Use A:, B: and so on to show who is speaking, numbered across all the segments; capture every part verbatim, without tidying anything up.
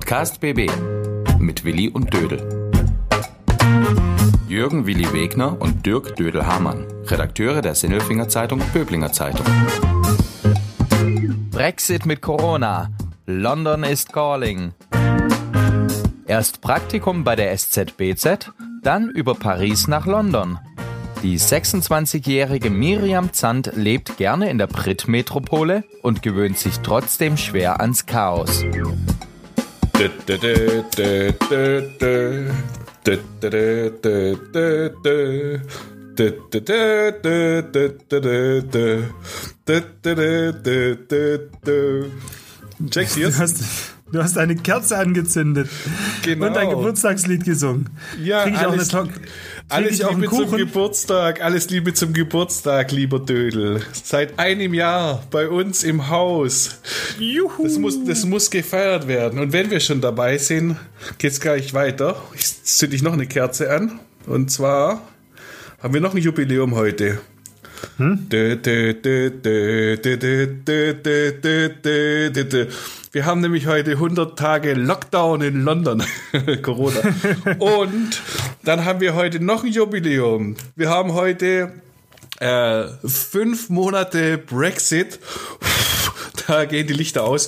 A: Podcast B B mit Willi und Dödel. Jürgen Willi Wegner und Dirk Dödel-Hamann, Redakteure der Sinnelfinger Zeitung Böblinger Zeitung.
B: Brexit mit Corona. London is calling. Erst Praktikum bei der S Z B Z, dann über Paris nach London. Die sechsundzwanzigjährige Miriam Zandt lebt gerne in der Brit-Metropole und gewöhnt sich trotzdem schwer ans Chaos.
C: Check's hier.
D: Du hast, du hast eine Kerze angezündet
C: Genau.
D: und ein Geburtstagslied gesungen.
C: Ja,
D: Krieg ich auch
C: alles,
D: eine Talk-
C: alles
D: ich auch einen
C: Liebe zum
D: Kuchen?
C: Geburtstag, alles Liebe zum Geburtstag, lieber Dödel. Seit einem Jahr bei uns im Haus.
D: Juhu.
C: Das muss, das muss gefeiert werden. Und wenn wir schon dabei sind, geht's gleich weiter. Ich zünde ich noch eine Kerze an. Und zwar haben wir noch ein Jubiläum heute. Hm? Dö, dö, dö, dö, dö, dö, dö, dö, dö, dö, dö. Wir haben nämlich heute hundert Tage Lockdown in London. Corona. Und dann haben wir heute noch ein Jubiläum. Wir haben heute äh, fünf Monate Brexit. Da gehen die Lichter aus.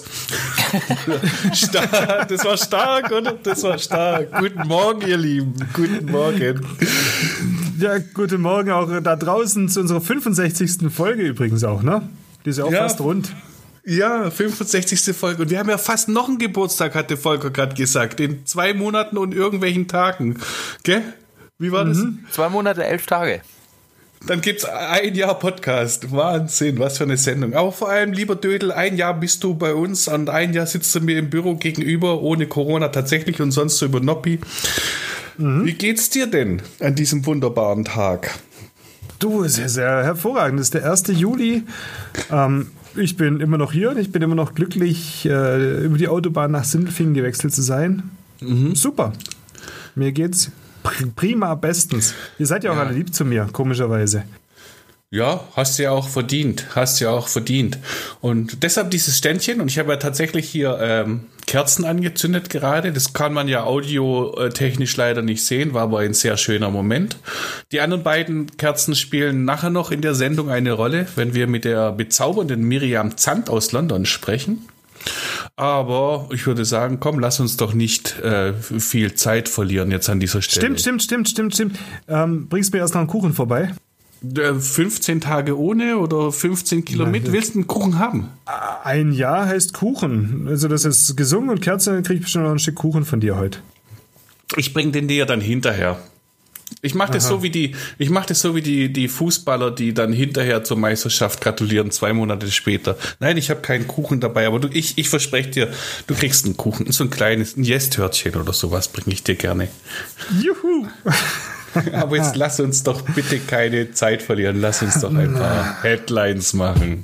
C: Stark, das war stark, oder? Das war stark. Guten Morgen, ihr Lieben. Guten Morgen.
D: Ja, guten Morgen auch da draußen zu unserer fünfundsechzigsten Folge übrigens auch, ne? Die ist ja auch
C: Ja.
D: fast rund.
C: Ja, fünfundsechzigste Folge. Und wir haben ja fast noch einen Geburtstag, hatte Volker gerade gesagt. In zwei Monaten und irgendwelchen Tagen. Gell? Wie war das?
B: Zwei Monate, elf Tage.
C: Dann gibt's ein Jahr Podcast. Wahnsinn, was für eine Sendung. Aber vor allem, lieber Dödel, ein Jahr bist du bei uns und ein Jahr sitzt du mir im Büro gegenüber, ohne Corona tatsächlich und sonst so über Noppi. Mhm. Wie geht's dir denn an diesem wunderbaren Tag?
D: Du, ist ja sehr hervorragend. Das ist der erste Juli. Ähm, ich bin immer noch hier und ich bin immer noch glücklich, äh, über die Autobahn nach Sindelfingen gewechselt zu sein. Mhm. Super. Mir geht's pr- prima bestens. Ihr seid ja auch
C: Ja.
D: alle lieb zu mir, komischerweise.
C: Ja, hast du ja auch verdient. Hast du ja auch verdient. Und deshalb dieses Ständchen. Und ich habe ja tatsächlich hier ähm, Kerzen angezündet gerade. Das kann man ja audiotechnisch leider nicht sehen, war aber ein sehr schöner Moment. Die anderen beiden Kerzen spielen nachher noch in der Sendung eine Rolle, wenn wir mit der bezaubernden Miriam Zandt aus London sprechen. Aber ich würde sagen, komm, lass uns doch nicht äh, viel Zeit verlieren jetzt an dieser Stelle.
D: Stimmt, stimmt, stimmt, stimmt, stimmt. Ähm, bringst mir erst noch einen Kuchen vorbei?
C: fünfzehn Tage ohne oder fünfzehn Kilo
D: Nein,
C: mit?
D: das-
C: Willst du einen Kuchen haben?
D: Ein Jahr heißt Kuchen. Also das ist gesungen und Kerze, dann krieg ich bestimmt noch ein Stück Kuchen von dir heute.
C: Ich bring den dir dann hinterher. Ich mache das
D: Aha.
C: so wie die, ich mache das so wie die, die Fußballer, die dann hinterher zur Meisterschaft gratulieren, zwei Monate später. Nein, ich habe keinen Kuchen dabei, aber du, ich, ich verspreche dir, du kriegst einen Kuchen, so ein kleines, ein Yes-Törtchen oder sowas bringe ich dir gerne.
D: Juhu!
C: Aber jetzt lass uns doch bitte keine Zeit verlieren, lass uns doch ein paar Headlines machen.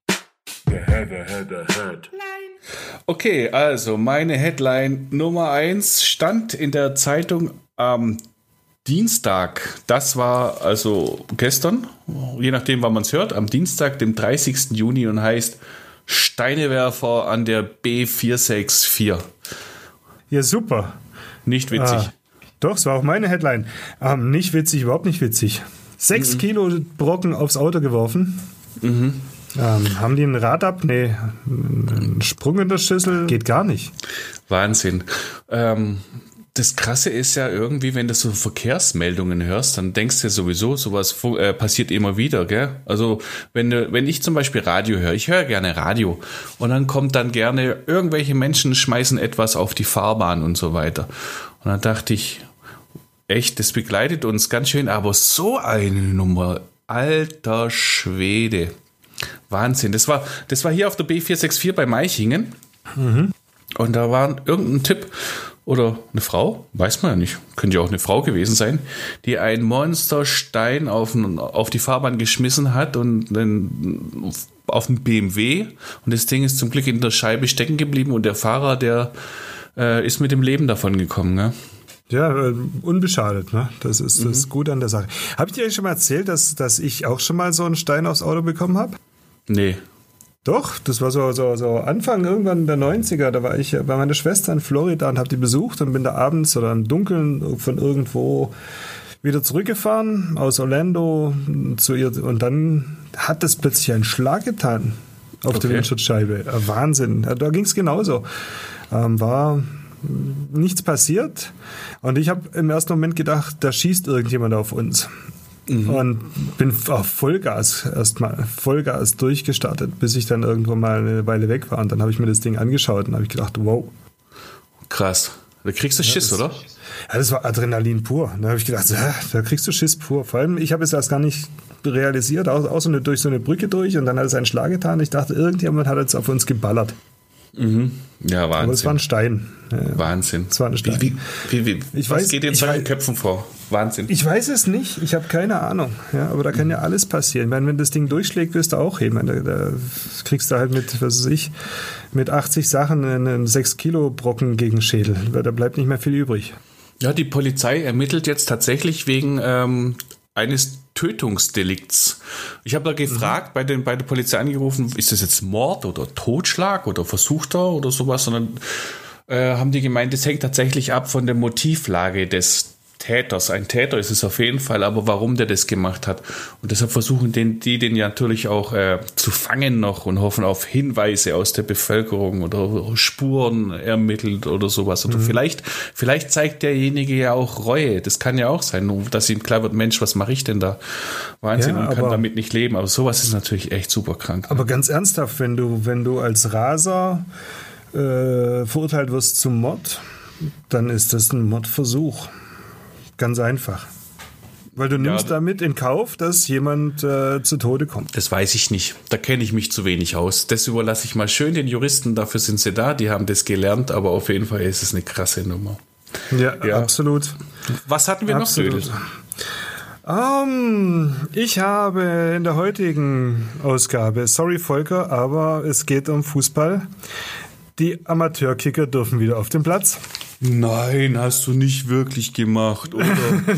C: Okay, also meine Headline Nummer eins stand in der Zeitung am Dienstag. Das war also gestern, je nachdem, wann man es hört, am Dienstag, dem dreißigsten Juni und heißt Steinewerfer an der B vier sechs vier.
D: Ja, super.
C: Nicht witzig.
D: Ah, doch, es war auch meine Headline. Ähm, nicht witzig, überhaupt nicht witzig. Sechs
C: Mhm.
D: Kilo Brocken aufs Auto geworfen.
C: Mhm.
D: Ähm, haben die ein Rad ab? Nee. Ein Sprung in der Schüssel? Geht gar nicht.
C: Wahnsinn. Ähm, das Krasse ist ja irgendwie, wenn du so Verkehrsmeldungen hörst, dann denkst du ja sowieso, sowas fu- äh, passiert immer wieder, gell? Also wenn du, wenn ich zum Beispiel Radio höre, ich höre gerne Radio und dann kommt dann gerne, irgendwelche Menschen schmeißen etwas auf die Fahrbahn und so weiter. Und dann dachte ich, echt, das begleitet uns ganz schön, aber so eine Nummer, alter Schwede. Wahnsinn. Das war, das war hier auf der B vier sechs vier bei Meichingen.
D: Mhm.
C: Und da war irgendein Typ oder eine Frau, weiß man ja nicht, könnte ja auch eine Frau gewesen sein, die einen Monsterstein auf, auf die Fahrbahn geschmissen hat und einen, auf einen B M W. Und das Ding ist zum Glück in der Scheibe stecken geblieben und der Fahrer, der äh, ist mit dem Leben davon gekommen. Ne?
D: Ja, äh, unbeschadet, ne? Das ist das mhm. Gute an der Sache. Habe ich dir eigentlich schon mal erzählt, dass, dass ich auch schon mal so einen Stein aufs Auto bekommen habe?
C: Nee.
D: Doch, das war so, so, so Anfang irgendwann der neunziger, da war ich bei meiner Schwester in Florida und habe die besucht und bin da abends oder im Dunkeln von irgendwo wieder zurückgefahren aus Orlando zu ihr und dann hat es plötzlich einen Schlag getan auf okay. der Windschutzscheibe. Wahnsinn, da ging es genauso. Ähm, war nichts passiert und ich habe im ersten Moment gedacht, da schießt irgendjemand auf uns. Mhm. Und bin auf Vollgas erstmal, Vollgas durchgestartet, bis ich dann irgendwo mal eine Weile weg war. Und dann habe ich mir das Ding angeschaut und habe ich gedacht, wow.
C: Krass. Da kriegst du Schiss, ja, das, oder?
D: Ja, das war Adrenalin pur. Da habe ich gedacht, ja, da kriegst du Schiss pur. Vor allem, ich habe es erst gar nicht realisiert, außer nur durch so eine Brücke durch und dann hat es einen Schlag getan. Ich dachte, irgendjemand hat jetzt auf uns geballert.
C: Mhm. Ja, Wahnsinn.
D: Aber es war ein Stein.
C: Ja, Wahnsinn.
D: Es war ein Stein.
C: Wie, wie, wie,
D: ich
C: was
D: weiß,
C: geht in solchen Köpfen vor? Wahnsinn.
D: Ich weiß es nicht. Ich habe keine Ahnung. Ja, aber da kann mhm. ja alles passieren. Ich meine, wenn das Ding durchschlägt, wirst du auch heben. Da, da kriegst du halt mit, was weiß ich, mit achtzig Sachen einen sechs Kilo Brocken gegen den Schädel. Da bleibt nicht mehr viel übrig.
C: Ja, die Polizei ermittelt jetzt tatsächlich wegen ähm, eines Tötungsdelikts. Ich habe da gefragt, mhm. bei, den, bei der Polizei angerufen, ist das jetzt Mord oder Totschlag oder versuchter oder sowas, sondern äh, haben die gemeint, das hängt tatsächlich ab von der Motivlage des Täters. Ein Täter ist es auf jeden Fall, aber warum der das gemacht hat. Und deshalb versuchen den, die den ja natürlich auch äh, zu fangen noch und hoffen auf Hinweise aus der Bevölkerung oder Spuren ermittelt oder sowas. Oder mhm. vielleicht, vielleicht zeigt derjenige ja auch Reue. Das kann ja auch sein, dass ihm klar wird, Mensch, was mache ich denn da? Wahnsinn, ja, und kann damit nicht leben. Aber sowas ist natürlich echt super krank.
D: Aber ganz ernsthaft, wenn du, wenn du als Raser äh, verurteilt wirst zum Mord, dann ist das ein Mordversuch. Ganz einfach. Weil du nimmst ja, damit in Kauf, dass jemand äh, zu Tode kommt.
C: Das weiß ich nicht. Da kenne ich mich zu wenig aus. Das überlasse ich mal schön den Juristen. Dafür sind sie da. Die haben das gelernt. Aber auf jeden Fall ist es eine krasse Nummer.
D: Ja, ja. absolut.
C: Was hatten wir absolut.
D: noch? Um, ich habe in der heutigen Ausgabe, sorry Volker, aber es geht um Fußball. Die Amateurkicker dürfen wieder auf den Platz.
C: Nein, hast du nicht wirklich gemacht, oder?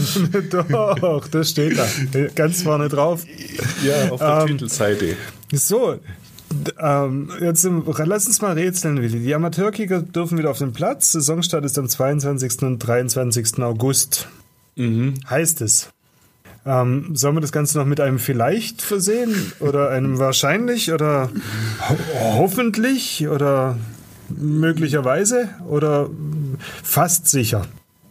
D: Doch, das steht da. Ganz vorne drauf.
C: Ja, auf der
D: ähm,
C: Titelseite.
D: So, ähm, jetzt lass uns mal rätseln, Willi. Die Amateurkicker dürfen wieder auf den Platz. Saisonstart ist am zweiundzwanzigsten und dreiundzwanzigsten August. Mhm. Heißt es. Ähm, sollen wir das Ganze noch mit einem vielleicht versehen? Oder einem wahrscheinlich? Oder ho- hoffentlich? Oder möglicherweise? Oder fast sicher?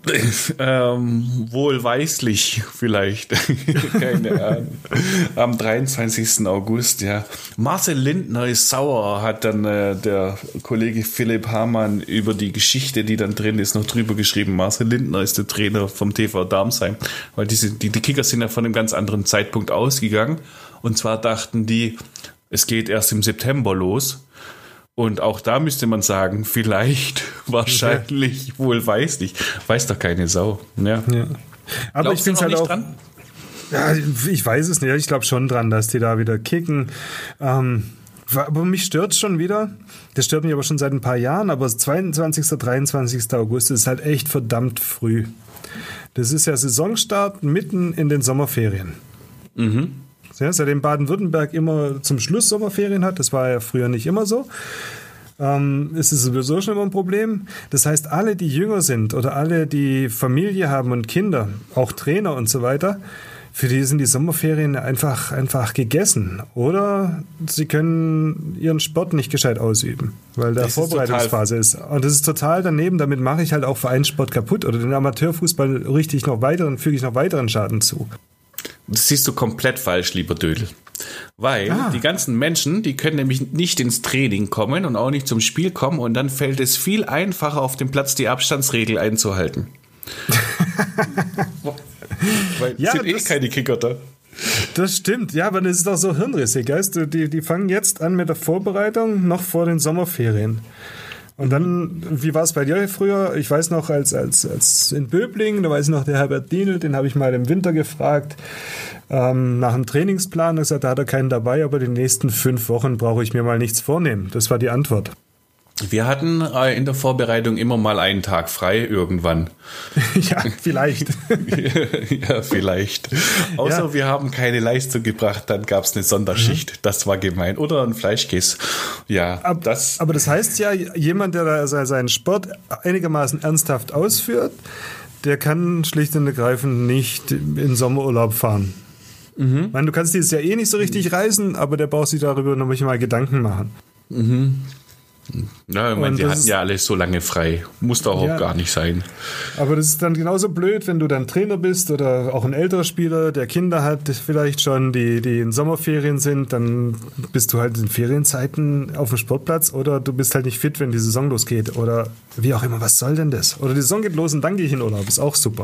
C: ähm, wohlweislich vielleicht. Keine Ahnung. Am dreiundzwanzigsten August, ja. Marcel Lindner ist sauer, hat dann äh, der Kollege Philipp Hamann über die Geschichte, die dann drin ist, noch drüber geschrieben. Marcel Lindner ist der Trainer vom T V Darmsheim, weil diese, die, die Kickers sind ja von einem ganz anderen Zeitpunkt ausgegangen. Und zwar dachten die, es geht erst im September los. Und auch da müsste man sagen, vielleicht, wahrscheinlich, ja. wohl weiß nicht. Weiß doch keine Sau. Ja.
D: Ja. Aber
C: Glaubst
D: ich bin halt
C: nicht
D: auch
C: dran?
D: Ja, ich weiß es nicht. Ich glaube schon dran, dass die da wieder kicken. Ähm, aber mich stört es schon wieder. Das stört mich aber schon seit ein paar Jahren. Aber zweiundzwanzigsten, dreiundzwanzigsten August ist halt echt verdammt früh. Das ist ja Saisonstart mitten in den Sommerferien. Mhm. Ja, seitdem Baden-Württemberg immer zum Schluss Sommerferien hat, das war ja früher nicht immer so, ähm, ist es sowieso schon immer ein Problem. Das heißt, alle, die jünger sind oder alle, die Familie haben und Kinder, auch Trainer und so weiter, für die sind die Sommerferien einfach, einfach gegessen. Oder sie können ihren Sport nicht gescheit ausüben, weil da Vorbereitungsphase ist. Und das ist total daneben. Damit mache ich halt auch Vereinssport kaputt oder den Amateurfußball richte ich noch weiteren, füge ich noch weiteren Schaden zu.
C: Das siehst du komplett falsch, lieber Dödel. Weil ah. die ganzen Menschen, die können nämlich nicht ins Training kommen und auch nicht zum Spiel kommen und dann fällt es viel einfacher, auf dem Platz die Abstandsregel einzuhalten. Weil es ja, sind eh keine Kicker da.
D: Das stimmt, ja, aber das ist doch so hirnrissig, weißt du? Die, die fangen jetzt an mit der Vorbereitung noch vor den Sommerferien. Und dann, wie war es bei dir früher? Ich weiß noch, als, als, als in Böblingen, da weiß ich noch, der Herbert Dienel, den habe ich mal im Winter gefragt, ähm, nach dem Trainingsplan. Er gesagt, da hat er keinen dabei, aber die nächsten fünf Wochen brauche ich mir mal nichts vornehmen. Das war die Antwort.
C: Wir hatten äh, in der Vorbereitung immer mal einen Tag frei irgendwann.
D: Ja, vielleicht.
C: Ja, vielleicht. Außer
D: Ja.
C: wir haben keine Leistung gebracht, dann gab es eine Sonderschicht. Mhm. Das war gemein. Oder ein Fleischkäse. Ja,
D: Ab,
C: das.
D: aber das heißt ja, jemand, der da seinen Sport einigermaßen ernsthaft ausführt, der kann schlicht und ergreifend nicht in Sommerurlaub fahren. Mhm. Ich meine, du kannst dieses Jahr eh nicht so richtig reisen, aber der braucht sich darüber noch nicht mal Gedanken machen.
C: Mhm. Ja, ich meine, die hatten
D: ist,
C: ja alles so lange frei. Muss doch auch
D: ja,
C: gar nicht sein.
D: Aber das ist dann genauso blöd, wenn du dann Trainer bist oder auch ein älterer Spieler, der Kinder hat, vielleicht schon, die, die in Sommerferien sind, dann bist du halt in Ferienzeiten auf dem Sportplatz oder du bist halt nicht fit, wenn die Saison losgeht oder wie auch immer. Was soll denn das? Oder die Saison geht los und dann gehe ich in Urlaub. Ist auch super.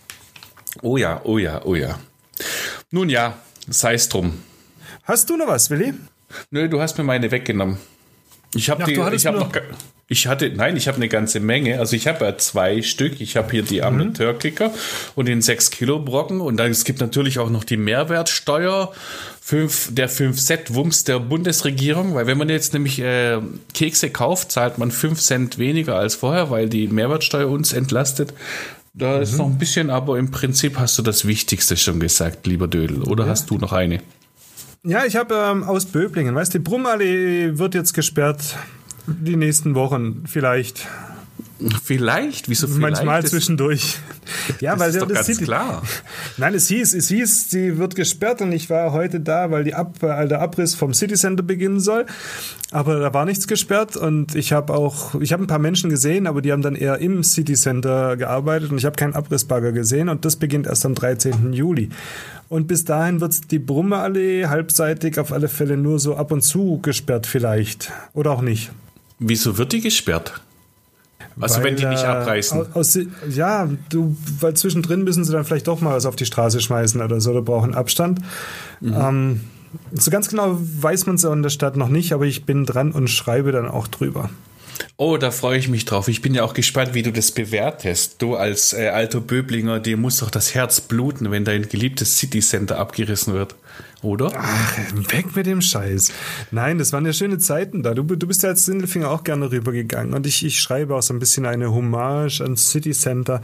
C: Oh ja, oh ja, oh ja. Nun ja, sei es drum.
D: Hast du noch was, Willi?
C: Nö, du hast mir meine weggenommen. Ich habe die, ich habe noch, ich hatte, nein, ich habe eine ganze Menge. Also ich habe ja zwei Stück. Ich habe hier die Amateurkicker und den sechs Kilo Brocken und dann es gibt natürlich auch noch die Mehrwertsteuer, fünf, der fünf Cent Wumms der Bundesregierung, weil wenn man jetzt nämlich äh, Kekse kauft, zahlt man fünf Cent weniger als vorher, weil die Mehrwertsteuer uns entlastet. Da mhm. ist noch ein bisschen, aber im Prinzip hast du das Wichtigste schon gesagt, lieber Dödel. Oder ja. hast du noch eine?
D: Ja, ich habe ähm, aus Böblingen, weißt du, die Brummallee wird jetzt gesperrt, die nächsten Wochen vielleicht.
C: Vielleicht? Wieso vielleicht?
D: Manchmal
C: das,
D: zwischendurch. Ja,
C: das
D: weil
C: ist
D: der,
C: doch
D: das
C: ganz
D: sieht,
C: klar.
D: Nein, es hieß, es hieß, sie wird gesperrt und ich war heute da, weil die Ab, weil der Abriss vom City Center beginnen soll. Aber da war nichts gesperrt und ich habe auch, ich habe ein paar Menschen gesehen, aber die haben dann eher im City Center gearbeitet und ich habe keinen Abrissbagger gesehen und das beginnt erst am dreizehnten Juli. Und bis dahin wird die Brummeallee halbseitig auf alle Fälle nur so ab und zu gesperrt vielleicht. Oder auch nicht.
C: Wieso wird die gesperrt? Also
D: weil,
C: wenn die nicht abreißen?
D: Aus, ja, du, weil zwischendrin müssen sie dann vielleicht doch mal was auf die Straße schmeißen oder so, oder brauchen Abstand. Mhm. Ähm, so ganz genau weiß man es in der Stadt noch nicht, aber ich bin dran und schreibe dann auch drüber.
C: Oh, da freue ich mich drauf. Ich bin ja auch gespannt, wie du das bewertest. Du als äh, alter Böblinger, dir muss doch das Herz bluten, wenn dein geliebtes City Center abgerissen wird, oder?
D: Ach, weg mit dem Scheiß. Nein, das waren ja schöne Zeiten da. Du, du bist ja als Sindelfinger auch gerne rübergegangen und ich, ich schreibe auch so ein bisschen eine Hommage ans City Center,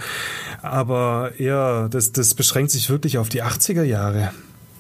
D: aber eher, das, das beschränkt sich wirklich auf die achtziger Jahre.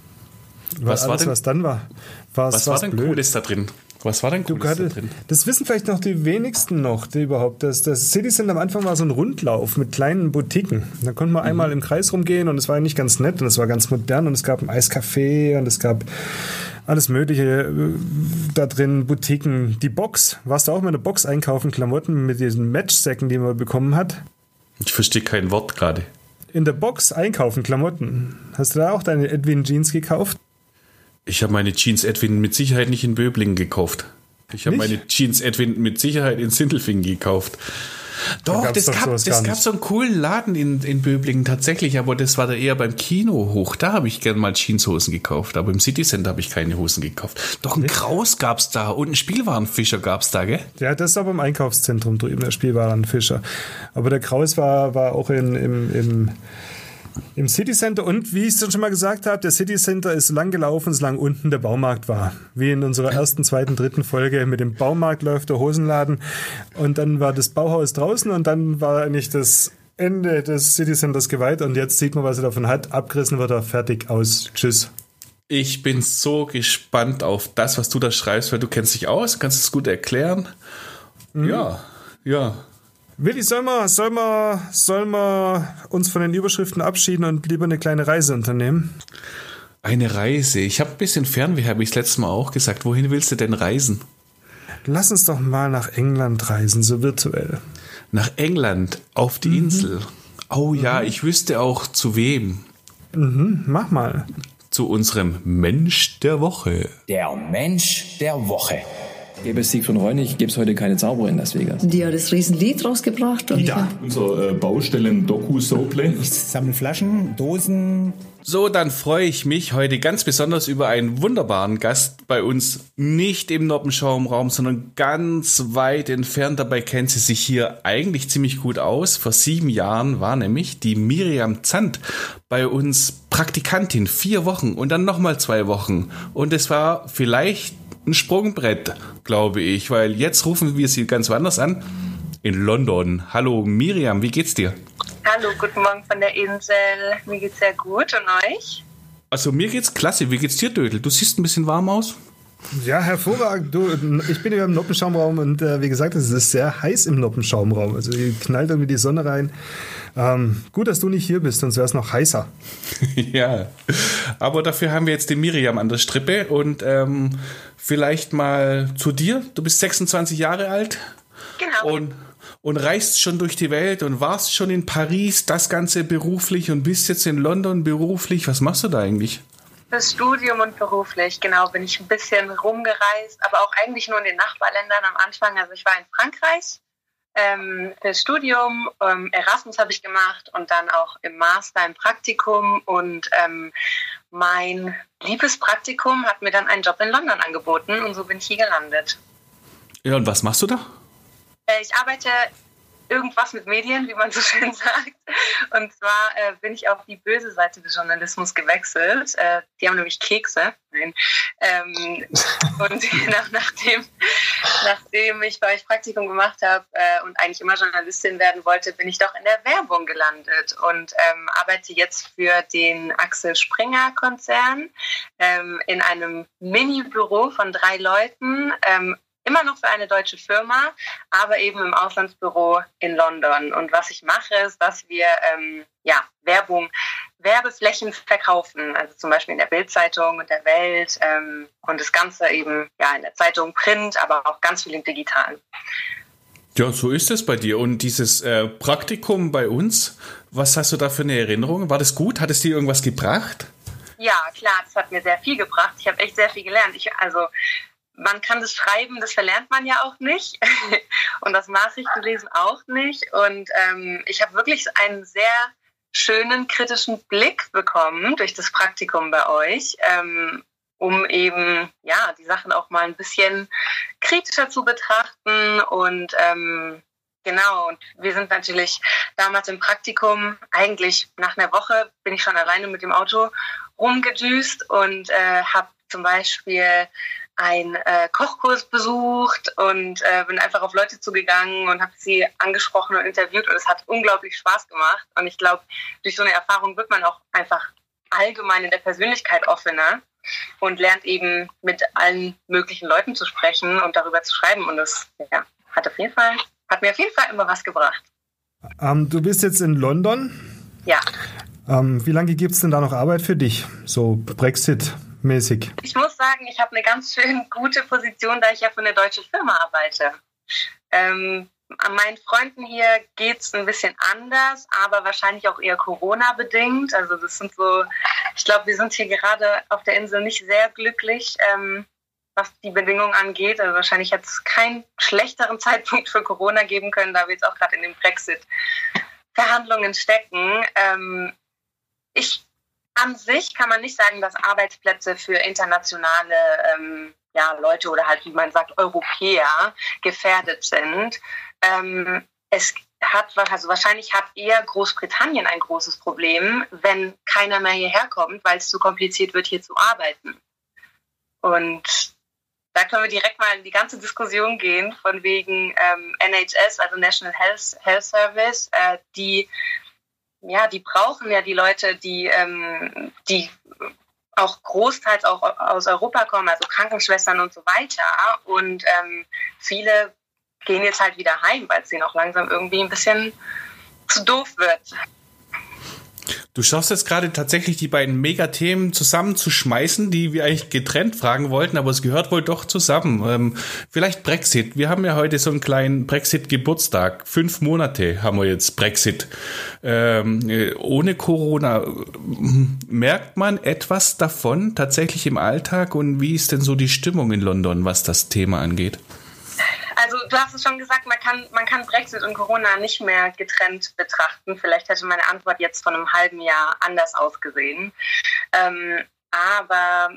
C: Was
D: alles,
C: war denn,
D: was dann war, war's,
C: was war
D: war's
C: denn
D: blöd.
C: Cooles da drin? Was war denn Cooles
D: grade,
C: da drin?
D: Das wissen vielleicht noch die wenigsten noch, die überhaupt. Das, das City Center am Anfang war so ein Rundlauf mit kleinen Boutiquen. Da konnte man mhm. einmal im Kreis rumgehen und es war nicht ganz nett und es war ganz modern und es gab ein Eiscafé und es gab alles Mögliche da drin, Boutiquen. Die Box, warst du auch mal in der Box einkaufen, Klamotten mit diesen Matchsäcken, die man bekommen hat?
C: Ich verstehe kein Wort gerade.
D: In der Box einkaufen, Klamotten. Hast du da auch deine Edwin Jeans gekauft?
C: Ich habe meine Jeans Edwin mit Sicherheit nicht in Böblingen gekauft. Ich habe meine Jeans Edwin mit Sicherheit in Sindelfingen gekauft. Doch, da das, doch gab, das gab so einen coolen Laden in, in Böblingen tatsächlich, aber das war da eher beim Kino hoch. Da habe ich gerne mal Jeanshosen gekauft, aber im City Center habe ich keine Hosen gekauft. Doch, ein nicht? Kraus gab es da und einen Spielwarenfischer gab es da, gell?
D: Ja, das ist aber im Einkaufszentrum drüben, der Spielwarenfischer. Aber der Kraus war, war auch in, im... im Im City Center und wie ich es schon mal gesagt habe, der City Center ist lang gelaufen, solange unten der Baumarkt war. Wie in unserer ersten, zweiten, dritten Folge mit dem Baumarkt läuft der Hosenladen und dann war das Bauhaus draußen und dann war eigentlich das Ende des City Centers geweiht und jetzt sieht man, was er davon hat. Abgerissen wird er, fertig, aus, tschüss.
C: Ich bin so gespannt auf das, was du da schreibst, weil du kennst dich aus, kannst es gut erklären. Mhm. Ja, ja.
D: Willi, sollen wir, sollen wir, sollen wir uns von den Überschriften abschieden und lieber eine kleine Reise unternehmen?
C: Eine Reise? Ich habe ein bisschen Fernweh, habe ich das letzte Mal auch gesagt. Wohin willst du denn reisen?
D: Lass uns doch mal nach England reisen, so virtuell.
C: Nach England, auf die mhm. Insel. Oh ja, mhm. ich wüsste auch zu wem.
D: Mhm, mach mal.
C: Zu unserem Mensch der Woche.
E: Der Mensch der Woche. Gäbe es Sieg von Reunig, gäbe es heute keine Zauberer in Las Vegas.
F: Die hat das Riesenlied rausgebracht. Und
G: ja, unser äh, Baustellen-Doku-Soplay.
H: Ich sammle Flaschen, Dosen.
C: So, dann freue ich mich heute ganz besonders über einen wunderbaren Gast bei uns. Nicht im Noppenschau-Raum, sondern ganz weit entfernt. Dabei kennt sie sich hier eigentlich ziemlich gut aus. Vor sieben Jahren war nämlich die Miriam Zandt bei uns Praktikantin. Vier Wochen und dann nochmal zwei Wochen. Und es war vielleicht ein Sprungbrett, glaube ich, weil jetzt rufen wir sie ganz woanders an. In London. Hallo Miriam, wie geht's dir?
I: Hallo, guten Morgen von der Insel. Mir geht's sehr gut und euch?
C: Also mir geht's klasse. Wie geht's dir, Dödel? Du siehst ein bisschen warm aus.
D: Ja, hervorragend. Du, ich bin ja im Noppenschaumraum und äh, wie gesagt, es ist sehr heiß im Noppenschaumraum. Also hier knallt irgendwie die Sonne rein. Ähm, gut, dass du nicht hier bist, sonst wäre es noch heißer.
C: Ja, aber dafür haben wir jetzt die Miriam an der Strippe und ähm, vielleicht mal zu dir. Du bist sechsundzwanzig Jahre alt.
I: Genau.
C: Und, und reist schon durch die Welt und warst schon in Paris, das Ganze beruflich und bist jetzt in London beruflich. Was machst du da eigentlich?
I: Fürs Studium und beruflich, genau, bin ich ein bisschen rumgereist, aber auch eigentlich nur in den Nachbarländern am Anfang. Also ich war in Frankreich ähm, fürs Studium, ähm, Erasmus habe ich gemacht und dann auch im Master ein Praktikum und ähm, mein liebes Praktikum hat mir dann einen Job in London angeboten und so bin ich hier gelandet.
C: Ja, und was machst du da?
I: Äh, ich arbeite irgendwas mit Medien, wie man so schön sagt. Und zwar äh, bin ich auf die böse Seite des Journalismus gewechselt. Äh, die haben nämlich Kekse. Nein. Ähm, und nach, nachdem, nachdem ich bei euch Praktikum gemacht habe äh, und eigentlich immer Journalistin werden wollte, bin ich doch in der Werbung gelandet und ähm, arbeite jetzt für den Axel Springer Konzern ähm, in einem Mini-Büro von drei Leuten, ähm, immer noch für eine deutsche Firma, aber eben im Auslandsbüro in London. Und was ich mache, ist, dass wir ähm, ja, Werbung, Werbeflächen verkaufen. Also zum Beispiel in der Bild-Zeitung und der Welt ähm, und das Ganze eben ja in der Zeitung Print, aber auch ganz viel im Digitalen.
C: Ja, so ist es bei dir. Und dieses äh, Praktikum bei uns, was hast du da für eine Erinnerung? War das gut? Hat es dir irgendwas gebracht?
I: Ja, klar, das hat mir sehr viel gebracht. Ich habe echt sehr viel gelernt. Ich, also Man kann das schreiben, das verlernt man ja auch nicht und das Nachrichtenlesen auch nicht. Und ähm, ich habe wirklich einen sehr schönen kritischen Blick bekommen durch das Praktikum bei euch, ähm, um eben ja die Sachen auch mal ein bisschen kritischer zu betrachten. Und ähm, genau, und wir sind natürlich damals im Praktikum, eigentlich nach einer Woche bin ich schon alleine mit dem Auto rumgedüst und äh, habe zum Beispiel einen äh, Kochkurs besucht und äh, bin einfach auf Leute zugegangen und habe sie angesprochen und interviewt und es hat unglaublich Spaß gemacht. Und ich glaube, durch so eine Erfahrung wird man auch einfach allgemein in der Persönlichkeit offener und lernt eben mit allen möglichen Leuten zu sprechen und darüber zu schreiben. Und das ja, hat, auf jeden Fall, hat mir auf jeden Fall immer was gebracht.
D: Ähm, du bist jetzt in London.
I: Ja.
D: Ähm, wie lange gibt es denn da noch Arbeit für dich? So Brexit mäßig.
I: Ich muss sagen, ich habe eine ganz schön gute Position, da ich ja für eine deutsche Firma arbeite. Ähm, an meinen Freunden hier geht es ein bisschen anders, aber wahrscheinlich auch eher Corona-bedingt. Also das sind so, ich glaube, wir sind hier gerade auf der Insel nicht sehr glücklich, ähm, was die Bedingungen angeht. Also wahrscheinlich hätte es keinen schlechteren Zeitpunkt für Corona geben können, da wir jetzt auch gerade in den Brexit-Verhandlungen stecken. Ähm, ich An sich kann man nicht sagen, dass Arbeitsplätze für internationale ähm, ja, Leute oder halt, wie man sagt, Europäer gefährdet sind. Ähm, es hat, also wahrscheinlich hat eher Großbritannien ein großes Problem, wenn keiner mehr hierher kommt, weil es zu kompliziert wird, hier zu arbeiten. Und da können wir direkt mal in die ganze Diskussion gehen, von wegen ähm, N H S, also National Health, Health Service, äh, die Ja, die brauchen ja die Leute, die, ähm, die auch großteils auch aus Europa kommen, also Krankenschwestern und so weiter. Und ähm, viele gehen jetzt halt wieder heim, weil es ihnen auch langsam irgendwie ein bisschen zu doof wird.
C: Du schaffst jetzt gerade tatsächlich die beiden Megathemen zusammenzuschmeißen, die wir eigentlich getrennt fragen wollten, aber es gehört wohl doch zusammen. Ähm, vielleicht Brexit. Wir haben ja heute so einen kleinen Brexit-Geburtstag. Fünf Monate haben wir jetzt Brexit. Ähm, äh, ohne Corona. Merkt man etwas davon tatsächlich im Alltag und wie ist denn so die Stimmung in London, was das Thema angeht?
I: Also du hast es schon gesagt, man kann, man kann Brexit und Corona nicht mehr getrennt betrachten. Vielleicht hätte meine Antwort jetzt von einem halben Jahr anders ausgesehen. Ähm, aber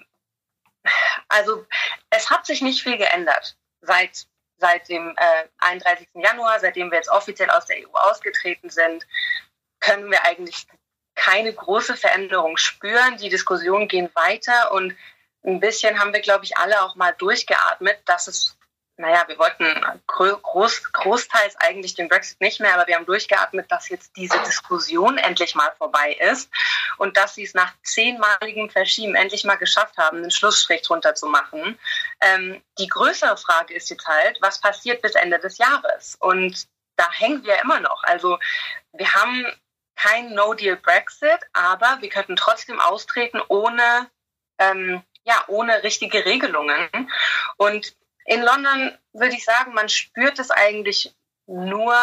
I: also es hat sich nicht viel geändert seit, seit dem äh, einunddreißigsten Januar, seitdem wir jetzt offiziell aus der E U ausgetreten sind, können wir eigentlich keine große Veränderung spüren. Die Diskussionen gehen weiter und ein bisschen haben wir, glaube ich, alle auch mal durchgeatmet, dass es, naja, wir wollten groß, großteils eigentlich den Brexit nicht mehr, aber wir haben durchgeatmet, dass jetzt diese Diskussion endlich mal vorbei ist und dass sie es nach zehnmaligem Verschieben endlich mal geschafft haben, einen Schlussstrich drunter zu machen. Ähm, die größere Frage ist jetzt halt, was passiert bis Ende des Jahres? Und da hängen wir immer noch. Also wir haben kein No-Deal-Brexit, aber wir könnten trotzdem austreten ohne, ähm, ja, ohne richtige Regelungen. Und in London würde ich sagen, man spürt es eigentlich nur,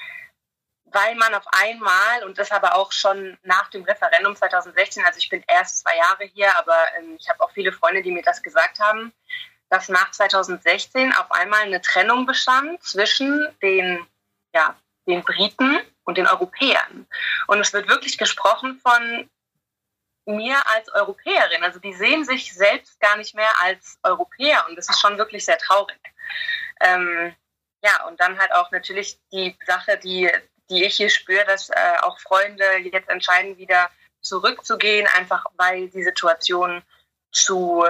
I: weil man auf einmal, und das aber auch schon nach dem Referendum zwanzig sechzehn, also ich bin erst zwei Jahre hier, aber ähm, ich habe auch viele Freunde, die mir das gesagt haben, dass nach zwanzig sechzehn auf einmal eine Trennung bestand zwischen den, ja, den Briten und den Europäern. Und es wird wirklich gesprochen von mir als Europäerin. Also die sehen sich selbst gar nicht mehr als Europäer und das ist schon wirklich sehr traurig. Ähm, ja, und dann halt auch natürlich die Sache, die, die ich hier spüre, dass äh, auch Freunde jetzt entscheiden, wieder zurückzugehen, einfach weil die Situation zu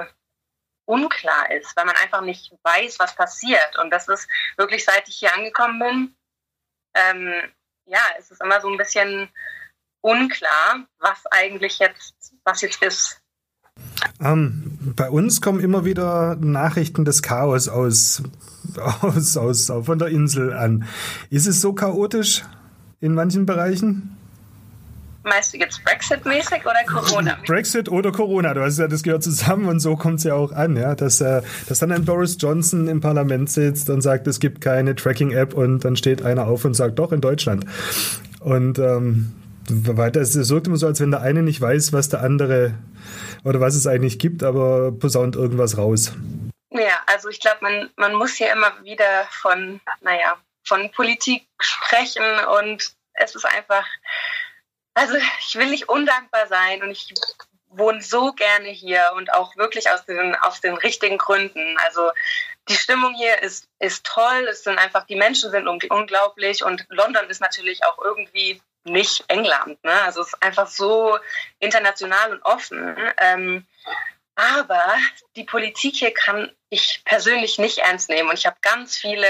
I: unklar ist, weil man einfach nicht weiß, was passiert. Und das ist wirklich, seit ich hier angekommen bin, ähm, ja, es ist immer so ein bisschen unklar, was eigentlich jetzt, was jetzt ist.
D: Ähm, bei uns kommen immer wieder Nachrichten des Chaos aus, aus, aus, von der Insel an. Ist es so chaotisch in manchen Bereichen?
I: Meinst du jetzt Brexit-mäßig oder Corona?
D: Brexit oder Corona, du hast ja, das gehört zusammen und so kommt es ja auch an, ja, dass, äh, dass dann ein Boris Johnson im Parlament sitzt und sagt, es gibt keine Tracking-App und dann steht einer auf und sagt, doch, in Deutschland. Und ähm, es wirkt immer so, als wenn der eine nicht weiß, was der andere oder was es eigentlich gibt, aber posaunt irgendwas raus.
I: Ja, also ich glaube, man, man muss hier immer wieder von, naja, von Politik sprechen und es ist einfach, also ich will nicht undankbar sein und ich wohne so gerne hier und auch wirklich aus den, aus den richtigen Gründen. Also die Stimmung hier ist, ist toll, es sind einfach, die Menschen sind unglaublich und London ist natürlich auch irgendwie nicht England, ne? Also es ist einfach so international und offen. Ähm, aber die Politik hier kann ich persönlich nicht ernst nehmen. Und ich habe ganz viele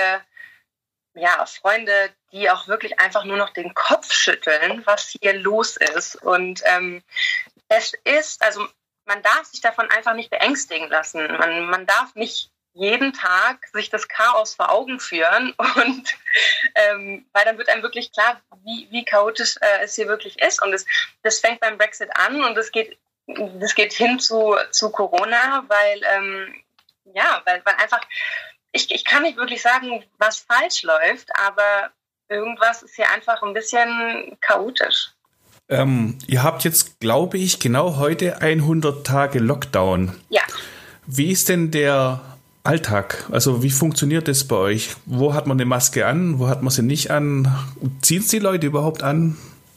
I: ja, Freunde, die auch wirklich einfach nur noch den Kopf schütteln, was hier los ist. Und ähm, es ist, also man darf sich davon einfach nicht beängstigen lassen. Man, man darf nicht jeden Tag sich das Chaos vor Augen führen und ähm, weil dann wird einem wirklich klar, wie, wie chaotisch äh, es hier wirklich ist. Und es, das fängt beim Brexit an und es geht, das geht hin zu, zu Corona, weil ähm, ja, weil, weil einfach, ich, ich kann nicht wirklich sagen, was falsch läuft, aber irgendwas ist hier einfach ein bisschen chaotisch.
C: Ähm, ihr habt jetzt, glaube ich, genau heute hundert Tage Lockdown.
I: Ja.
C: Wie ist denn der Alltag? Also wie funktioniert das bei euch? Wo hat man eine Maske an? Wo hat man sie nicht an? Ziehen es die Leute überhaupt an?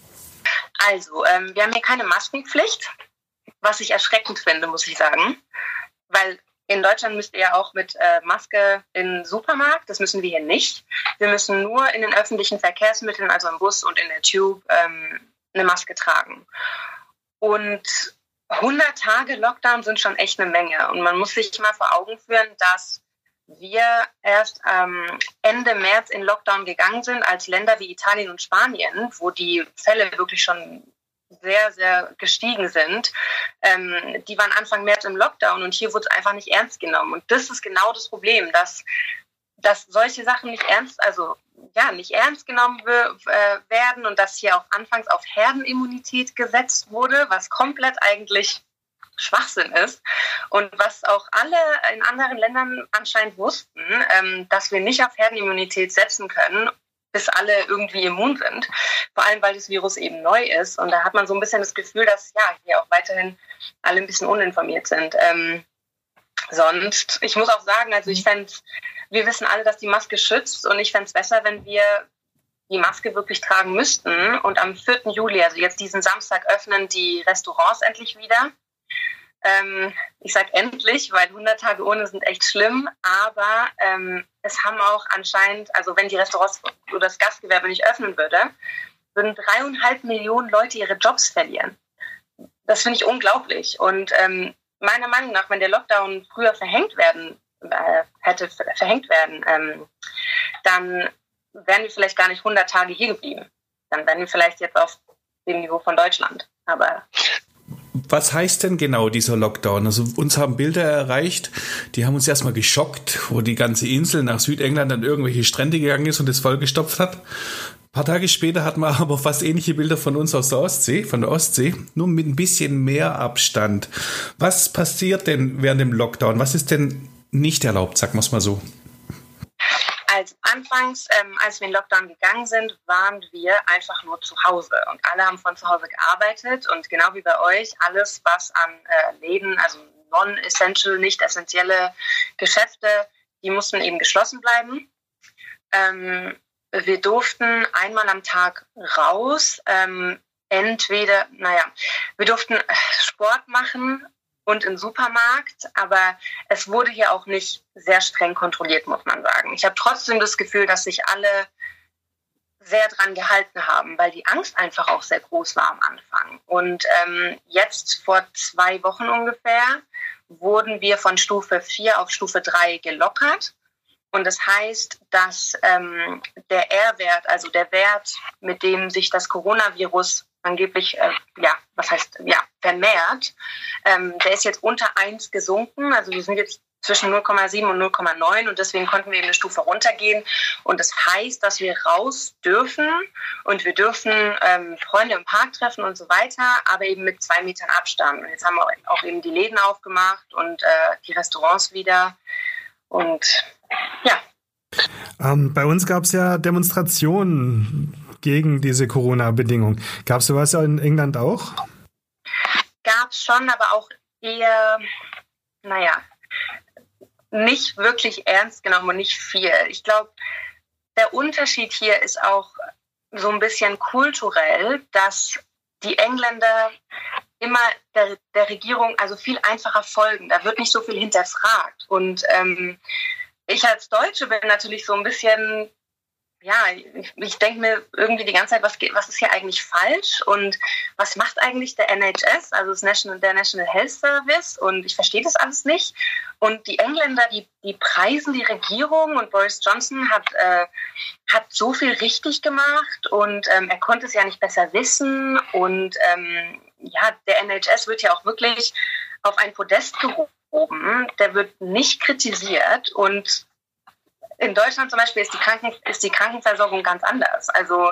I: Also, ähm, wir haben hier keine Maskenpflicht, was ich erschreckend finde, muss ich sagen. Weil in Deutschland müsst ihr ja auch mit äh, Maske in den Supermarkt, das müssen wir hier nicht. Wir müssen nur in den öffentlichen Verkehrsmitteln, also im Bus und in der Tube, ähm, eine Maske tragen. Und hundert Tage Lockdown sind schon echt eine Menge. Und man muss sich mal vor Augen führen, dass wir erst ähm, Ende März in Lockdown gegangen sind, als Länder wie Italien und Spanien, wo die Fälle wirklich schon sehr, sehr gestiegen sind. Ähm, die waren Anfang März im Lockdown und hier wurde es einfach nicht ernst genommen. Und das ist genau das Problem, dass, dass solche Sachen nicht ernst, also ja, nicht ernst genommen äh, werden und dass hier auch anfangs auf Herdenimmunität gesetzt wurde, was komplett eigentlich Schwachsinn ist und was auch alle in anderen Ländern anscheinend wussten, ähm, dass wir nicht auf Herdenimmunität setzen können, bis alle irgendwie immun sind, vor allem weil das Virus eben neu ist und da hat man so ein bisschen das Gefühl, dass ja hier auch weiterhin alle ein bisschen uninformiert sind. Ähm, sonst, ich muss auch sagen, also ich fände, wir wissen alle, dass die Maske schützt und ich fände es besser, wenn wir die Maske wirklich tragen müssten und am vierten Juli, also jetzt diesen Samstag, öffnen die Restaurants endlich wieder. Ähm, ich sage endlich, weil hundert Tage ohne sind echt schlimm, aber ähm, es haben auch anscheinend, also wenn die Restaurants oder das Gastgewerbe nicht öffnen würde, würden dreieinhalb Millionen Leute ihre Jobs verlieren. Das finde ich unglaublich und ähm, meiner Meinung nach, wenn der Lockdown früher verhängt werden, äh, hätte verhängt werden, ähm, dann wären wir vielleicht gar nicht hundert Tage hier geblieben. Dann wären wir vielleicht jetzt auf dem Niveau von Deutschland. Aber
C: was heißt denn genau dieser Lockdown? Also uns haben Bilder erreicht, die haben uns erstmal geschockt, wo die ganze Insel nach Südengland an irgendwelche Strände gegangen ist und es vollgestopft hat. Ein paar Tage später hatten wir aber fast ähnliche Bilder von uns aus der Ostsee, von der Ostsee, nur mit ein bisschen mehr Abstand. Was passiert denn während dem Lockdown? Was ist denn nicht erlaubt, sagen wir es mal so?
I: Als anfangs, ähm, als wir in Lockdown gegangen sind, waren wir einfach nur zu Hause und alle haben von zu Hause gearbeitet und genau wie bei euch, alles was an äh, Läden, also non-essential, nicht essentielle Geschäfte, die mussten eben geschlossen bleiben. Ähm, wir durften einmal am Tag raus, ähm, entweder, naja, wir durften Sport machen und im Supermarkt, aber es wurde hier auch nicht sehr streng kontrolliert, muss man sagen. Ich habe trotzdem das Gefühl, dass sich alle sehr dran gehalten haben, weil die Angst einfach auch sehr groß war am Anfang. Und ähm, jetzt vor zwei Wochen ungefähr wurden wir von Stufe vier auf Stufe drei gelockert. Und das heißt, dass ähm, der R-Wert, also der Wert, mit dem sich das Coronavirus angeblich, äh, ja, was heißt, ja, vermehrt, ähm, der ist jetzt unter eins gesunken. Also wir sind jetzt zwischen null Komma sieben und null Komma neun und deswegen konnten wir eben eine Stufe runtergehen. Und das heißt, dass wir raus dürfen und wir dürfen ähm, Freunde im Park treffen und so weiter, aber eben mit zwei Metern Abstand. Und jetzt haben wir auch eben die Läden aufgemacht und äh, die Restaurants wieder. Und ja.
D: Ähm, bei uns gab es ja Demonstrationen gegen diese Corona-Bedingungen. Gab es sowas in England auch?
I: Gab es schon, aber auch eher, naja, nicht wirklich ernst genommen und nicht viel. Ich glaube, der Unterschied hier ist auch so ein bisschen kulturell, dass die Engländer immer der, der Regierung also viel einfacher folgen. Da wird nicht so viel hinterfragt. Und ähm, ich als Deutsche bin natürlich so ein bisschen, ja, ich, ich denke mir irgendwie die ganze Zeit, was, geht, was ist hier eigentlich falsch und was macht eigentlich der N H S, also das National, der National Health Service, und ich verstehe das alles nicht. Und die Engländer, die, die preisen die Regierung und Boris Johnson hat, äh, hat so viel richtig gemacht und ähm, er konnte es ja nicht besser wissen und ähm, ja, der N H S wird ja auch wirklich auf ein Podest gehoben. Der wird nicht kritisiert und in Deutschland zum Beispiel ist die, Kranken, ist die Krankenversorgung ganz anders. Also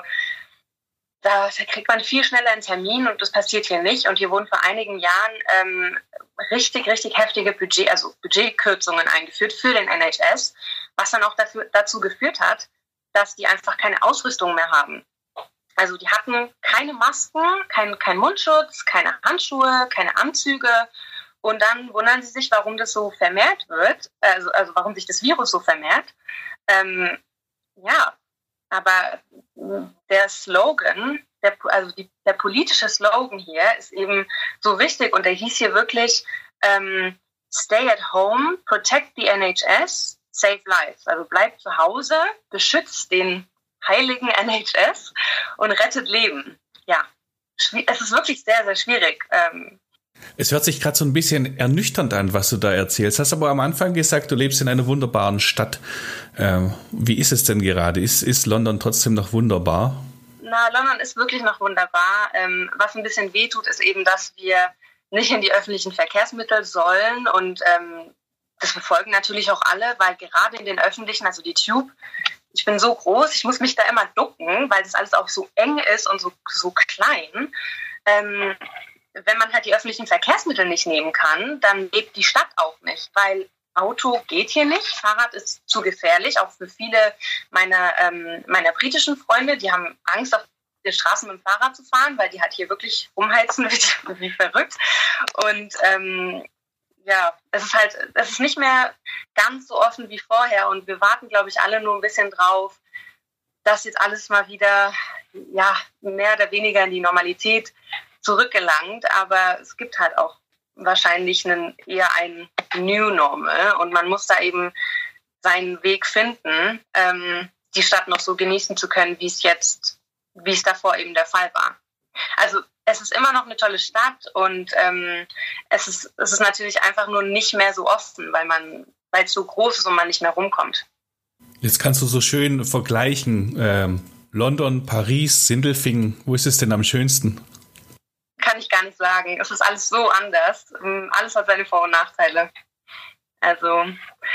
I: da, da kriegt man viel schneller einen Termin und das passiert hier nicht. Und hier wurden vor einigen Jahren ähm, richtig, richtig heftige Budget, also Budgetkürzungen eingeführt für den N H S, was dann auch dafür, dazu geführt hat, dass die einfach keine Ausrüstung mehr haben. Also die hatten keine Masken, kein, kein Mundschutz, keine Handschuhe, keine Anzüge. Und dann wundern sie sich, warum das so vermehrt wird, also, also warum sich das Virus so vermehrt. Ähm, ja, aber der Slogan, der, also die, der politische Slogan hier ist eben so wichtig und der hieß hier wirklich ähm, Stay at home, protect the N H S, save lives. Also bleibt zu Hause, beschützt den heiligen N H S und rettet Leben. Ja, es ist wirklich sehr, sehr schwierig. Ähm,
C: Es hört sich gerade so ein bisschen ernüchternd an, was du da erzählst. Hast aber am Anfang gesagt, du lebst in einer wunderbaren Stadt. Ähm, wie ist es denn gerade? Ist, ist London trotzdem noch wunderbar?
I: Na, London ist wirklich noch wunderbar. Ähm, was ein bisschen wehtut, ist eben, dass wir nicht in die öffentlichen Verkehrsmittel sollen. Und ähm, das befolgen natürlich auch alle, weil gerade in den öffentlichen, also die Tube, ich bin so groß, ich muss mich da immer ducken, weil das alles auch so eng ist und so, so klein. Ähm, wenn man halt die öffentlichen Verkehrsmittel nicht nehmen kann, dann lebt die Stadt auch nicht, weil Auto geht hier nicht, Fahrrad ist zu gefährlich, auch für viele meiner, ähm, meiner britischen Freunde, die haben Angst, auf die Straßen mit dem Fahrrad zu fahren, weil die halt hier wirklich rumheizen wie, wie verrückt. Und ähm, ja, es ist halt, es ist nicht mehr ganz so offen wie vorher und wir warten, glaube ich, alle nur ein bisschen drauf, dass jetzt alles mal wieder, ja, mehr oder weniger in die Normalität zurückgelangt, aber es gibt halt auch wahrscheinlich einen, eher ein New Normal und man muss da eben seinen Weg finden, ähm, die Stadt noch so genießen zu können, wie es jetzt, wie es davor eben der Fall war. Also es ist immer noch eine tolle Stadt und ähm, es ist, es ist natürlich einfach nur nicht mehr so offen, weil man, weil es so groß ist und man nicht mehr rumkommt.
C: Jetzt kannst du so schön vergleichen, ähm, London, Paris, Sindelfingen, wo ist es denn am schönsten?
I: Kann ich gar nicht sagen. Es ist alles so anders. Alles hat seine Vor- und Nachteile. Also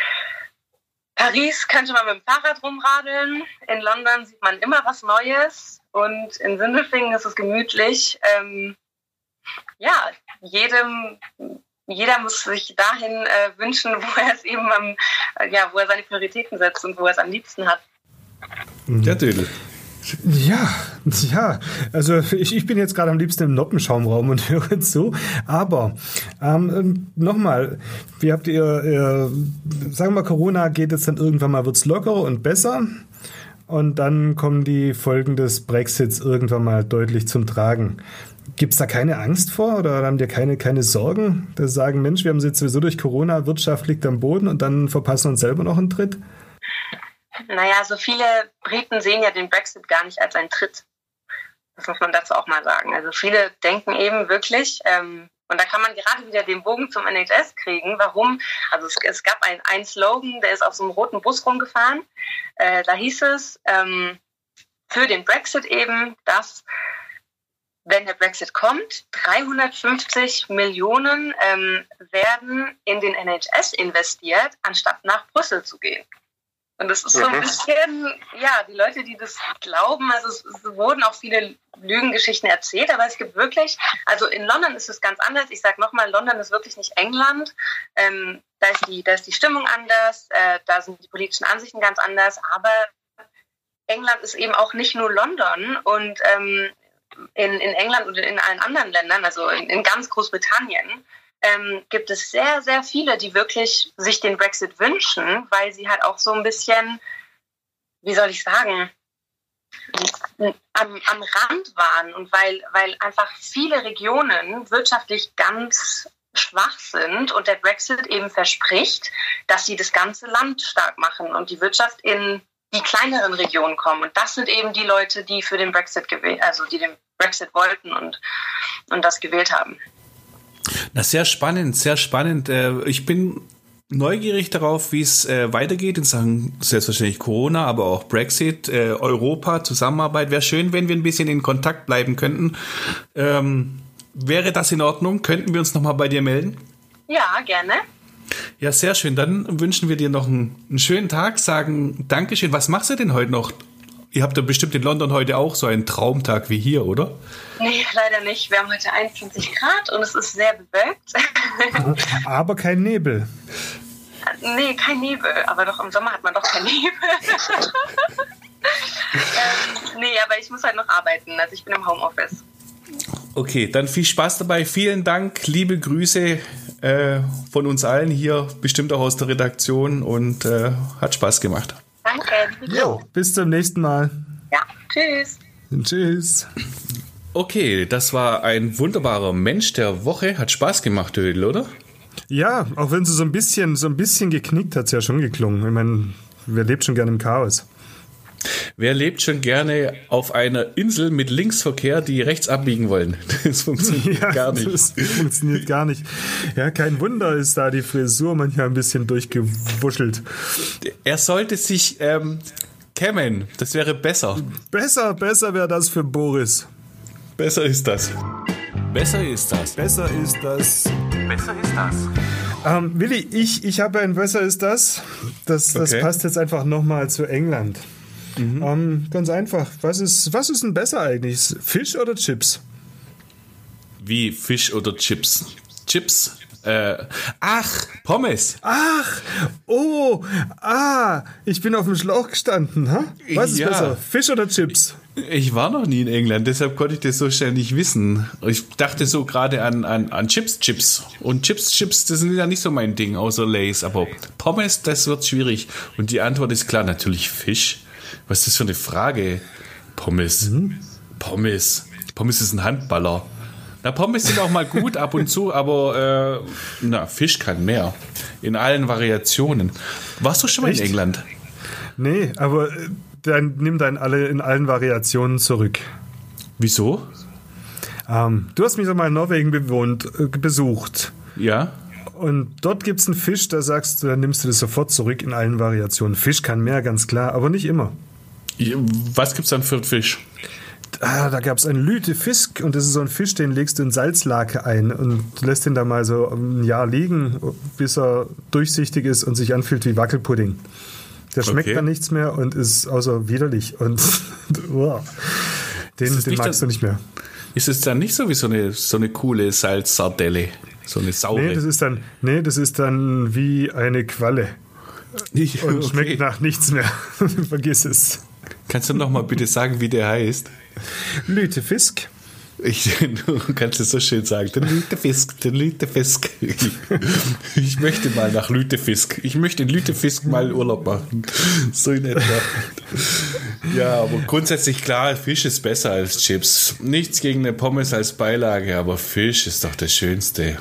I: Paris könnte man mit dem Fahrrad rumradeln. In London sieht man immer was Neues. Und in Sindelfingen ist es gemütlich. Ähm, ja, jedem, jeder muss sich dahin äh, wünschen, wo er es eben am, äh, ja, wo er seine Prioritäten setzt und wo er es am liebsten hat.
C: Der Dödel.
D: Ja, ja, also ich, ich bin jetzt gerade am liebsten im Noppenschaumraum und höre zu, aber ähm, nochmal, wie habt ihr, ihr, sagen wir mal, Corona geht jetzt dann irgendwann mal, wird's lockerer und besser und dann kommen die Folgen des Brexits irgendwann mal deutlich zum Tragen. Gibt's da keine Angst vor oder haben dir keine, keine Sorgen, dass sie sagen, Mensch, wir haben jetzt sowieso durch Corona, Wirtschaft liegt am Boden und dann verpassen wir uns selber noch einen Tritt?
I: Naja, so viele Briten sehen ja den Brexit gar nicht als einen Tritt. Das muss man dazu auch mal sagen. Also viele denken eben wirklich, ähm, und da kann man gerade wieder den Bogen zum N H S kriegen. Warum? Also es, es gab einen, einen Slogan, der ist auf so einem roten Bus rumgefahren. Äh, da hieß es ähm, für den Brexit eben, dass, wenn der Brexit kommt, dreihundertfünfzig Millionen ähm, werden in den N H S investiert, anstatt nach Brüssel zu gehen. Und das ist so ein bisschen, ja, die Leute, die das glauben, also es, es wurden auch viele Lügengeschichten erzählt, aber es gibt wirklich, also in London ist es ganz anders. Ich sage nochmal, London ist wirklich nicht England. Ähm, da ist die, da ist die Stimmung anders, äh, da sind die politischen Ansichten ganz anders, aber England ist eben auch nicht nur London und ähm, in, in England und in allen anderen Ländern, also in, in ganz Großbritannien, Ähm, gibt es sehr, sehr viele, die wirklich sich den Brexit wünschen, weil sie halt auch so ein bisschen, wie soll ich sagen, am, am Rand waren und weil, weil einfach viele Regionen wirtschaftlich ganz schwach sind und der Brexit eben verspricht, dass sie das ganze Land stark machen und die Wirtschaft in die kleineren Regionen kommen. Und das sind eben die Leute, die für den Brexit gewählt, also die den Brexit wollten und, und das gewählt haben.
C: Na, sehr spannend, sehr spannend. Ich bin neugierig darauf, wie es weitergeht in Sachen selbstverständlich Corona, aber auch Brexit, Europa, Zusammenarbeit. Wäre schön, wenn wir ein bisschen in Kontakt bleiben könnten. Ähm, wäre das in Ordnung? Könnten wir uns nochmal bei dir melden?
I: Ja, gerne.
C: Ja, sehr schön. Dann wünschen wir dir noch einen, einen schönen Tag, sagen Dankeschön. Was machst du denn heute noch? Ihr habt ja bestimmt in London heute auch so einen Traumtag wie hier, oder?
I: Nee, leider nicht. Wir haben heute einundzwanzig Grad und es ist sehr bewölkt.
D: Aber kein Nebel.
I: Nee, kein Nebel. Aber doch im Sommer hat man doch keinen Nebel. ähm, nee, aber ich muss halt noch arbeiten. Also ich bin im Homeoffice.
C: Okay, dann viel Spaß dabei. Vielen Dank. Liebe Grüße äh, von uns allen hier, bestimmt auch aus der Redaktion. Und äh, hat Spaß gemacht.
I: Danke.
D: Jo, bis zum nächsten Mal.
I: Ja, tschüss.
D: Tschüss.
C: Okay, das war ein wunderbarer Mensch der Woche. Hat Spaß gemacht, Dödel, oder?
D: Ja, auch wenn sie so ein bisschen, so ein bisschen geknickt, hat es ja schon geklungen. Ich meine, wer lebt schon gerne im Chaos?
C: Wer lebt schon gerne auf einer Insel mit Linksverkehr, die rechts abbiegen wollen? Das funktioniert
D: ja,
C: gar nicht.
D: Das funktioniert gar nicht. Ja, kein Wunder ist da die Frisur manchmal ein bisschen durchgewuschelt.
C: Er sollte sich ähm, kämmen. Das wäre besser.
D: Besser, besser wäre das für Boris.
C: Besser ist das. Besser ist das.
D: Besser ist das.
C: Besser ist das.
D: Ähm, Willi, ich, ich habe ein Besser ist das. Das, das
C: Okay.
D: passt jetzt einfach nochmal zu England. Mhm. Ähm, ganz einfach. Was ist, was ist denn besser eigentlich? Fisch oder Chips?
C: Wie Fisch oder Chips? Chips? Äh, ach, Pommes.
D: Ach, oh, ah, ich bin auf dem Schlauch gestanden. Ha? Was ist
C: Ja.
D: besser, Fisch oder Chips?
C: Ich war noch nie in England, deshalb konnte ich das so schnell nicht wissen. Ich dachte so gerade an, an, an Chips, Chips. Und Chips, Chips, das sind ja nicht so mein Ding, außer Lay's. Aber Pommes, das wird schwierig. Und die Antwort ist klar, natürlich Fisch. Was ist das für eine Frage? Pommes. Mhm. Pommes. Pommes ist ein Handballer. Na, Pommes sind auch mal gut ab und zu, aber äh, na, Fisch kann mehr. In allen Variationen. Warst du schon mal
D: Echt?
C: in England?
D: Nee, aber dann nimm dann alle in allen Variationen zurück.
C: Wieso?
D: Ähm, du hast mich doch mal in Norwegen bewohnt, äh, besucht.
C: Ja.
D: Und dort gibt es einen Fisch, da sagst du, dann nimmst du das sofort zurück in allen Variationen. Fisch kann mehr, ganz klar, aber nicht immer.
C: Was gibt's dann für einen Fisch?
D: Ah, da gab es einen Lütefisk und das ist so ein Fisch, den legst du in Salzlake ein und lässt ihn da mal so ein Jahr liegen, bis er durchsichtig ist und sich anfühlt wie Wackelpudding. Der schmeckt okay. dann nichts mehr und ist außer widerlich und oh, den, den magst dann, du nicht mehr.
C: Ist es dann nicht so wie so eine, so eine coole Salzsardelle? So eine saure?
D: Nee, das ist dann, nee, das ist dann wie eine Qualle. Ich, und okay. schmeckt nach nichts mehr. Vergiss es.
C: Kannst du noch mal bitte sagen, wie der heißt?
D: Lütefisk.
C: Ich, du kannst es so schön sagen. Der Lütefisk, der Lütefisk. Ich, ich möchte mal nach Lütefisk. Ich möchte in Lütefisk mal Urlaub machen. So in etwa. Ja, aber grundsätzlich klar, Fisch ist besser als Chips. Nichts gegen eine Pommes als Beilage, aber Fisch ist doch das Schönste.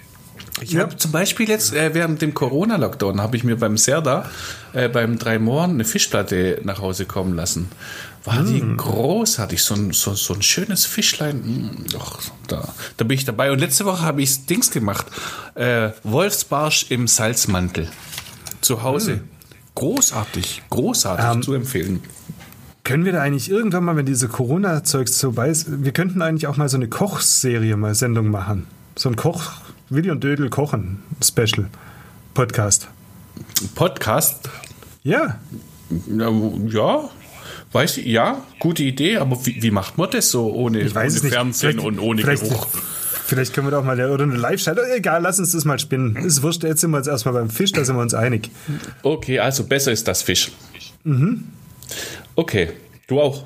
C: Ich ja. habe zum Beispiel jetzt äh, während dem Corona-Lockdown habe ich mir beim Serda äh, beim Drei Mohren eine Fischplatte nach Hause kommen lassen. War mm. die großartig, so ein, so, so ein schönes Fischlein. Mm, doch, da, da bin ich dabei. Und letzte Woche habe ich Dings gemacht. Äh, Wolfsbarsch im Salzmantel. Zu Hause. Mm. Großartig, großartig um, zu empfehlen.
D: Können wir da eigentlich irgendwann mal, wenn diese Corona-Zeugs vorbei ist, wir könnten eigentlich auch mal so eine Kochserie, mal Sendung machen. So ein Koch... Willi und Dödel kochen Special Podcast.
C: Podcast?
D: Ja.
C: Ja, ja, weiß ich, ja, gute Idee, aber wie, wie macht man das so ohne,
D: ich weiß
C: ohne
D: es
C: Fernsehen
D: nicht.
C: und ohne
D: vielleicht,
C: Geruch?
D: Vielleicht können wir doch mal oder eine Live-Schaltung. Egal, lass uns das mal spinnen. Ist wurscht, jetzt sind wir uns erstmal beim Fisch, da sind wir uns einig.
C: Okay, also besser ist das Fisch.
D: Mhm.
C: Okay, du auch?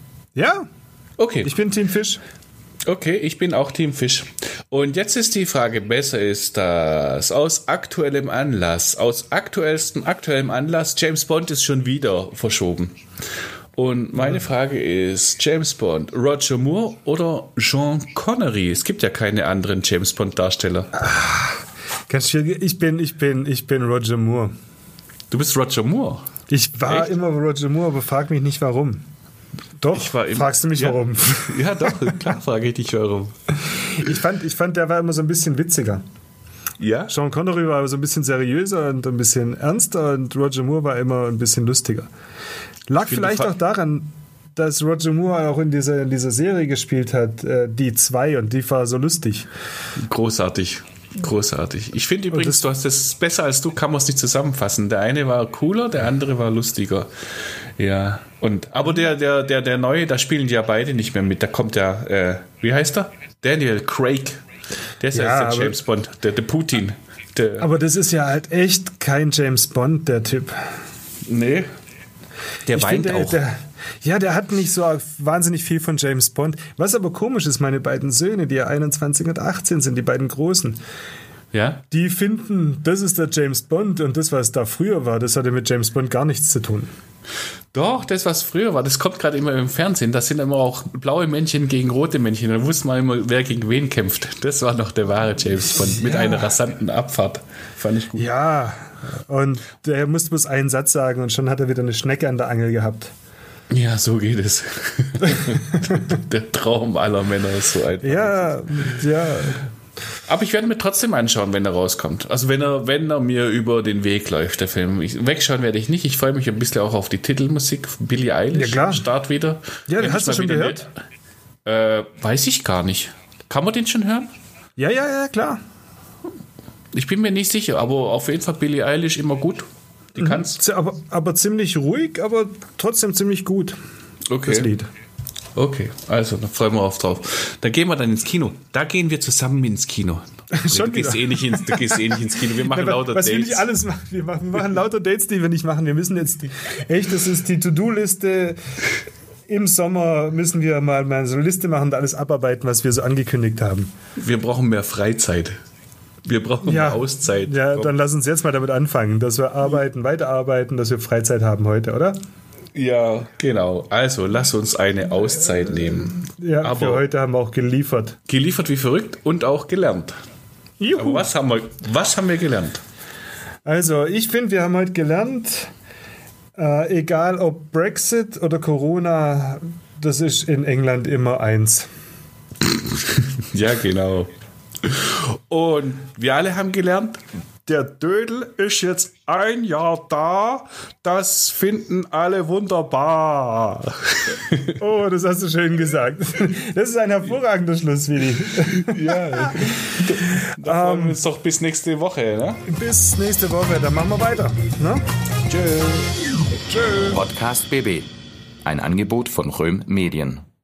D: Ja.
C: Okay.
D: Ich bin Team Fisch.
C: Okay, ich bin auch Team Fisch. Und jetzt ist die Frage, besser ist das aus aktuellem Anlass, aus aktuellstem aktuellem Anlass, James Bond ist schon wieder verschoben. Und meine Frage ist, James Bond, Roger Moore oder Sean Connery? Es gibt ja keine anderen James Bond Darsteller.
D: Ach, ganz schwierig. Ich bin, ich bin, ich bin Roger Moore.
C: Du bist Roger Moore?
D: Ich war Echt? immer Roger Moore, aber frag mich nicht warum. Doch, fragst du mich
C: ja,
D: warum?
C: Ja, doch, klar frage ich dich warum.
D: Ich fand, ich fand, der war immer so ein bisschen witziger.
C: Ja?
D: Sean Connery war so ein bisschen seriöser und ein bisschen ernster und Roger Moore war immer ein bisschen lustiger. Lag vielleicht auch daran, dass Roger Moore auch in dieser, in dieser Serie gespielt hat, äh, die zwei, und die war so lustig.
C: Großartig. Großartig. Ich finde übrigens, du hast das besser als du, kann man es nicht zusammenfassen. Der eine war cooler, der andere war lustiger. Ja. Und, aber der, der, der, der Neue, da spielen die ja beide nicht mehr mit. Da kommt der, äh, wie heißt er? Daniel Craig. Der ist ja, ja jetzt der James Bond, der, der Putin. Der,
D: aber das ist ja halt echt kein James Bond, der Typ.
C: Nee. Der
D: ich
C: weint
D: finde,
C: auch.
D: Der, ja, der hat nicht so wahnsinnig viel von James Bond. Was aber komisch ist, meine beiden Söhne, die ja einundzwanzig und achtzehn sind, die beiden Großen,
C: ja?
D: Die finden, das ist der James Bond und das, was da früher war, das hatte mit James Bond gar nichts zu tun.
C: Doch, das, was früher war, das kommt gerade immer im Fernsehen. Das sind immer auch blaue Männchen gegen rote Männchen. Da wusste man immer, wer gegen wen kämpft. Das war noch der wahre James Bond, ja. Mit einer rasanten Abfahrt. Fand ich gut.
D: Ja, und der musste bloß einen Satz sagen und schon hat er wieder eine Schnecke an der Angel gehabt.
C: Ja, so geht es. Der Traum aller Männer ist so einfach.
D: Ja, ja.
C: Aber ich werde mir trotzdem anschauen, wenn er rauskommt. Also wenn er, wenn er mir über den Weg läuft, der Film. Ich, wegschauen werde ich nicht. Ich freue mich ein bisschen auch auf die Titelmusik. Billie Eilish,
D: ja, klar.
C: Start wieder.
D: Ja, den hast du schon gehört?
C: Äh, weiß ich gar nicht. Kann man den schon hören?
D: Ja, ja, ja, klar.
C: Ich bin mir nicht sicher, aber auf jeden Fall Billie Eilish immer gut. Die
D: mhm.
C: kann's.
D: Aber, aber ziemlich ruhig, aber trotzdem ziemlich gut.
C: Okay.
D: Das Lied.
C: Okay, also, da freuen wir uns drauf. Dann gehen wir dann ins Kino. Da gehen wir zusammen ins Kino.
D: Schon
C: du, gehst eh nicht ins, du gehst eh nicht ins Kino. Wir machen
D: ja,
C: lauter
D: was
C: Dates.
D: Was will ich alles machen? Wir machen, wir machen lauter Dates, die wir nicht machen. Wir müssen jetzt, die, echt, das ist die To-Do-Liste. Im Sommer müssen wir mal, mal so eine Liste machen und alles abarbeiten, was wir so angekündigt haben.
C: Wir brauchen mehr Freizeit. Wir brauchen
D: ja,
C: mehr Auszeit.
D: Ja, dann lass uns jetzt mal damit anfangen, dass wir arbeiten, weiterarbeiten, dass wir Freizeit haben heute, oder?
C: Ja, genau. Also, lass uns eine Auszeit nehmen.
D: Ja, aber für heute haben wir auch geliefert.
C: Geliefert wie verrückt und auch gelernt. Juhu. Aber was haben wir, was haben wir gelernt?
D: Also, ich finde, wir haben heute gelernt, äh, egal ob Brexit oder Corona, das ist in England immer eins.
C: Ja, genau. Und wir alle haben gelernt, der Dödel ist jetzt ein Jahr da. Das finden alle wunderbar.
D: Oh, das hast du schön gesagt. Das ist ein hervorragender Schluss, Willi.
C: Ja. Da freuen wir uns doch bis nächste Woche, ne?
D: Bis nächste Woche, dann machen wir weiter. Ne?
C: Tschö. Tschö.
A: Podcast B B. Ein Angebot von Röhm Medien.